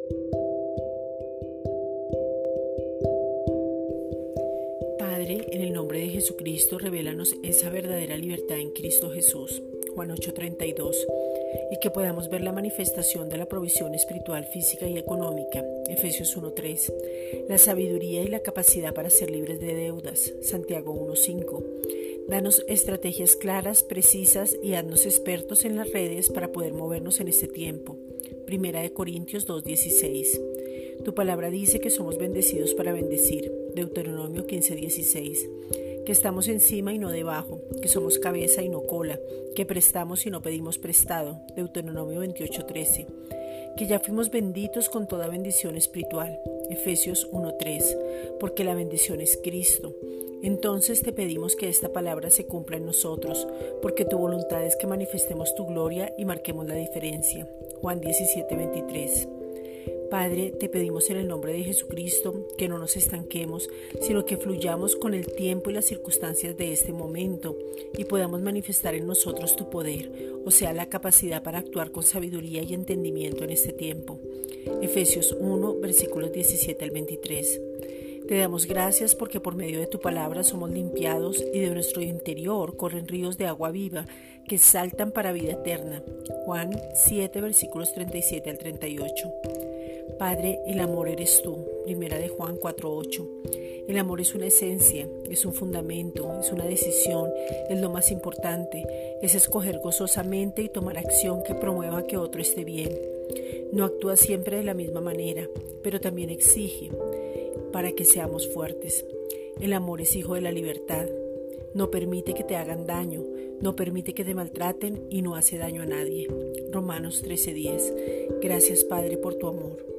Padre, en el nombre de Jesucristo, revélanos esa verdadera libertad en Cristo Jesús. Juan 8:32. Y que podamos ver la manifestación de la provisión espiritual, física y económica. Efesios 1:3. La sabiduría y la capacidad para ser libres de deudas. Santiago 1:5. Danos estrategias claras, precisas y haznos expertos en las redes para poder movernos en este tiempo. Primera de Corintios 2:16. Tu palabra dice que somos bendecidos para bendecir. Deuteronomio 15:16. Que estamos encima y no debajo, que somos cabeza y no cola, que prestamos y no pedimos prestado. Deuteronomio 28:13. Que ya fuimos benditos con toda bendición espiritual. Efesios 1:3. Porque la bendición es Cristo. Entonces te pedimos que esta palabra se cumpla en nosotros, porque tu voluntad es que manifestemos tu gloria y marquemos la diferencia. Juan 17:23. Padre, te pedimos en el nombre de Jesucristo que no nos estanquemos, sino que fluyamos con el tiempo y las circunstancias de este momento y podamos manifestar en nosotros tu poder, o sea, la capacidad para actuar con sabiduría y entendimiento en este tiempo. Efesios 1, versículos 17 al 23. Te damos gracias porque por medio de tu palabra somos limpiados y de nuestro interior corren ríos de agua viva que saltan para vida eterna. Juan 7, versículos 37 al 38. Padre, el amor eres tú. Primera de Juan 4:8. El amor es una esencia, es un fundamento, es una decisión, es lo más importante, es escoger gozosamente y tomar acción que promueva que otro esté bien. No actúa siempre de la misma manera, pero también exige para que seamos fuertes. El amor es hijo de la libertad. No permite que te hagan daño, no permite que te maltraten y no hace daño a nadie. Romanos 13:10. Gracias, Padre, por tu amor.